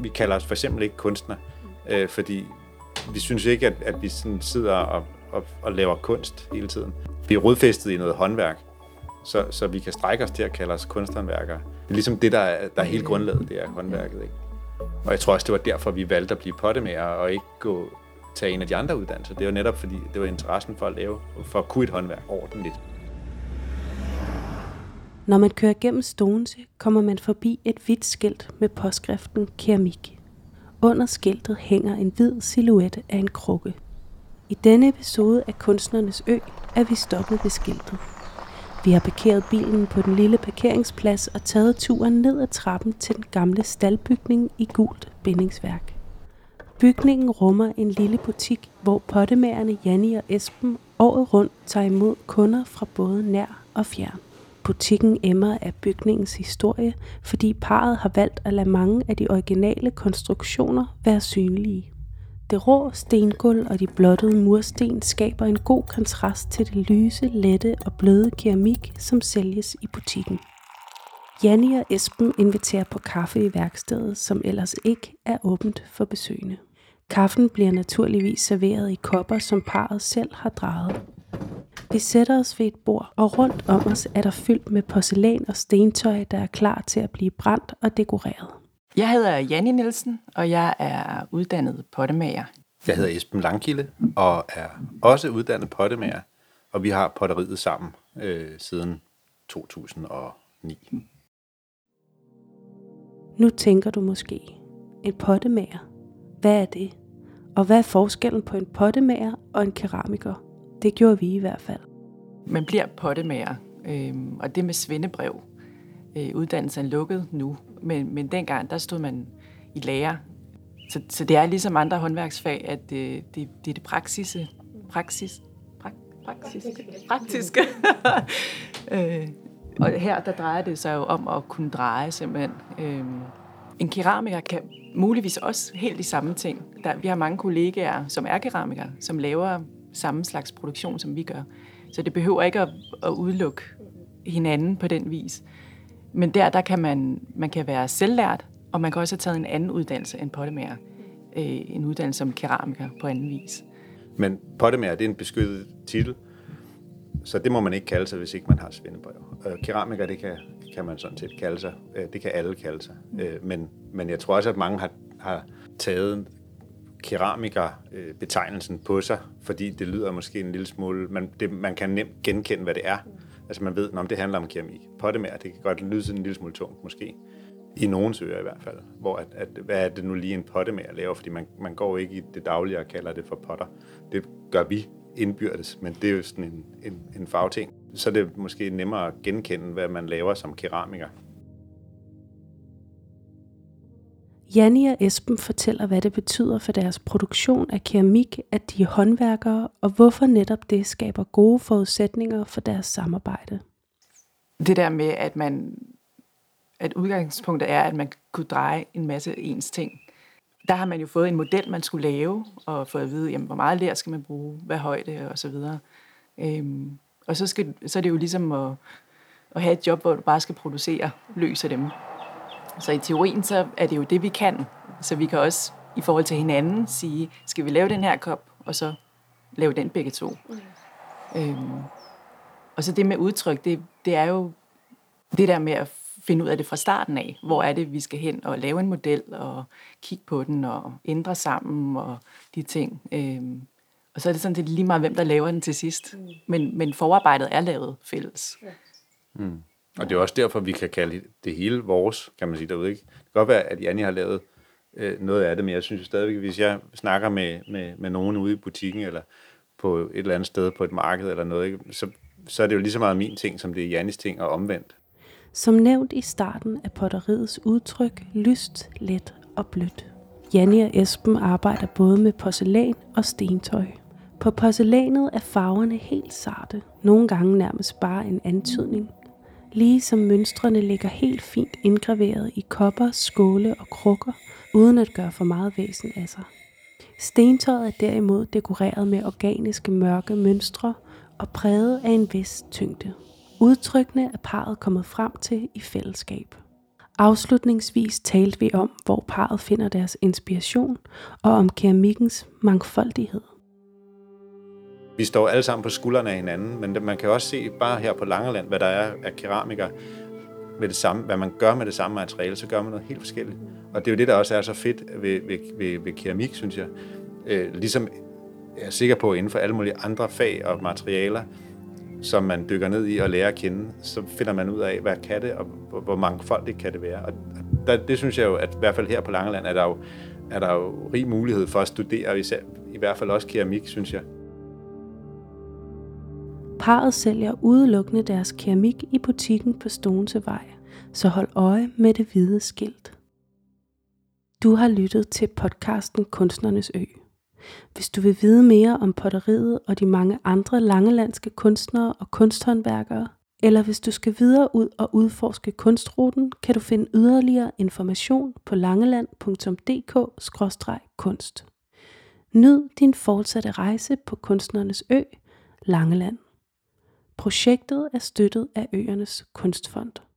Vi kalder os for eksempel ikke kunstner, fordi vi synes ikke, at vi sådan sidder og laver kunst hele tiden. Vi er rodfæstet i noget håndværk, så vi kan strække os til at kalde os kunsthåndværkere. Det er ligesom det, der er helt grundlaget, det er håndværket, ikke? Og jeg tror også, det var derfor, vi valgte at blive pottemager og ikke tage en af de andre uddannelser. Det var netop, fordi det var interessen for at kunne et håndværk ordentligt. Når man kører gennem Stoense, kommer man forbi et hvidt skilt med påskriften keramik. Under skiltet hænger en hvid silhuet af en krukke. I denne episode af Kunstnernes Ø er vi stoppet ved skiltet. Vi har parkeret bilen på den lille parkeringsplads og taget turen ned ad trappen til den gamle staldbygning i gult bindingsværk. Bygningen rummer en lille butik, hvor pottemagerne Janni og Esben året rundt tager imod kunder fra både nær og fjern. Butikken emmer af bygningens historie, fordi parret har valgt at lade mange af de originale konstruktioner være synlige. Det rå stengulv og de blottede mursten skaber en god kontrast til det lyse, lette og bløde keramik, som sælges i butikken. Janni og Esben inviterer på kaffe i værkstedet, som ellers ikke er åbent for besøgende. Kaffen bliver naturligvis serveret i kopper, som parret selv har drejet. Vi sætter os ved et bord, og rundt om os er der fyldt med porcelæn og stentøj, der er klar til at blive brændt og dekoreret. Jeg hedder Janni Nielsen, og jeg er uddannet pottemager. Jeg hedder Esben Langkilde og er også uddannet pottemager, og vi har potteriet sammen siden 2009. Nu tænker du måske, en pottemager, hvad er det? Og hvad er forskellen på en pottemager og en keramiker? Det gjorde vi i hvert fald. Man bliver pottemager, og det med svendebrev. Uddannelsen er lukket nu, men dengang der stod man i lære. Så det er ligesom andre håndværksfag, at det er det praktiske. Og her der drejer det sig jo om at kunne dreje simpelthen. En keramiker kan muligvis også helt de samme ting. Vi har mange kollegaer, som er keramikere, som laver samme slags produktion, som vi gør. Så det behøver ikke at udelukke hinanden på den vis. Men der kan man kan være selvlært, og man kan også have taget en anden uddannelse end pottemager. En uddannelse som keramiker på anden vis. Men pottemager, det er en beskyttet titel, så det må man ikke kalde sig, hvis ikke man har svendebrev. Keramiker, det kan man sådan set kalde sig. Det kan alle kalde sig. Men jeg tror også, at mange har taget keramiker-betegnelsen på sig, fordi det lyder måske en lille smule. Man kan nemt genkende, hvad det er. Altså man ved, om det handler om keramik. Pottemager, det kan godt lyde sådan en lille smule tungt, måske. I nogens ører i hvert fald. Hvor hvad er det nu lige en pottemager laver? Fordi man går ikke i det daglige og kalder det for potter. Det gør vi indbyrdes, men det er jo sådan en fagting. Så er det måske nemmere at genkende, hvad man laver som keramiker. Janni og Esben fortæller, hvad det betyder for deres produktion af keramik, at de er håndværkere, og hvorfor netop det skaber gode forudsætninger for deres samarbejde. Det der med, at udgangspunktet er, at man kunne dreje en masse ens ting. Der har man jo fået en model, man skulle lave, og fået at vide, jamen, hvor meget ler skal man bruge, hvad højde og så videre. Og så er det jo ligesom at have et job, hvor du bare skal producere løs af dem. Så i teorien, så er det jo det, vi kan. Så vi kan også i forhold til hinanden sige, skal vi lave den her kop, og så lave den begge to. Og så det med udtryk, det er jo det der med at finde ud af det fra starten af. Hvor er det, vi skal hen og lave en model, og kigge på den, og ændre sammen, og de ting. Og så er det sådan, det er lige meget, hvem der laver den til sidst. Men forarbejdet er lavet fælles. Og det er også derfor, vi kan kalde det hele vores, kan man sige derude, ikke? Det kan godt være, at Janni har lavet noget af det, men jeg synes stadigvæk, hvis jeg snakker med nogen ude i butikken, eller på et eller andet sted på et marked eller noget, ikke? Så er det jo lige så meget min ting, som det er Jannis ting, og omvendt. Som nævnt i starten af potteriets udtryk, lyst, let og blødt. Janni og Esben arbejder både med porcelæn og stentøj. På porcelænet er farverne helt sarte, nogle gange nærmest bare en antydning. Ligesom mønstrene ligger helt fint indgraveret i kopper, skåle og krukker, uden at gøre for meget væsen af sig. Stentøjet er derimod dekoreret med organiske mørke mønstre og præget af en vis tyngde. Udtrykkene er parret kommet frem til i fællesskab. Afslutningsvis talte vi om, hvor parret finder deres inspiration, og om keramikkens mangfoldighed. Vi står alle sammen på skuldrene af hinanden, men man kan også se bare her på Langeland, hvad der er af keramikere med det samme, hvad man gør med det samme materiale, så gør man noget helt forskelligt. Og det er jo det, der også er så fedt ved keramik, synes jeg. Ligesom jeg er sikker på, inden for alle mulige andre fag og materialer, som man dykker ned i og lærer at kende, så finder man ud af, hvad kan det, og hvor mangfoldigt kan det være. Og det synes jeg jo, at i hvert fald her på Langeland er der jo rig mulighed for at studere, i hvert fald også keramik, synes jeg. Parret sælger udelukkende deres keramik i butikken på Stonesevej, så hold øje med det hvide skilt. Du har lyttet til podcasten Kunstnernes Ø. Hvis du vil vide mere om potteriet og de mange andre langelandske kunstnere og kunsthåndværkere, eller hvis du skal videre ud og udforske kunstruten, kan du finde yderligere information på langeland.dk/kunst. Nyd din fortsatte rejse på Kunstnernes Ø, Langeland. Projektet er støttet af Øernes Kunstfond.